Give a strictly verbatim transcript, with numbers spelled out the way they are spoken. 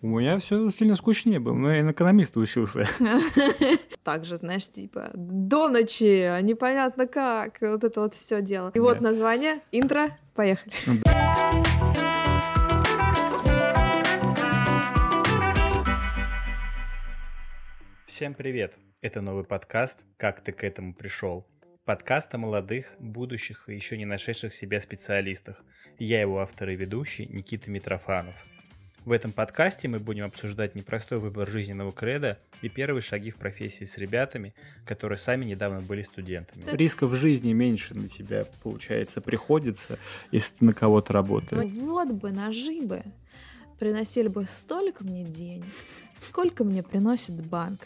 У меня все сильно скучнее было, но я на экономиста учился. Так же, знаешь, типа до ночи, а непонятно как, вот это вот все дело. И вот Да. название, интро, поехали. Всем привет! Это новый подкаст «Как ты к этому пришел?» Подкаст о молодых, будущих и еще не нашедших себя специалистах. Я его автор и ведущий Никита Митрофанов. В этом подкасте мы будем обсуждать непростой выбор жизненного кредо и первые шаги в профессии с ребятами, которые сами недавно были студентами. Рисков в жизни меньше на тебя, получается, приходится, если ты на кого-то работаешь. Вот бы, ножи бы приносили бы столько мне денег, сколько мне приносит банк.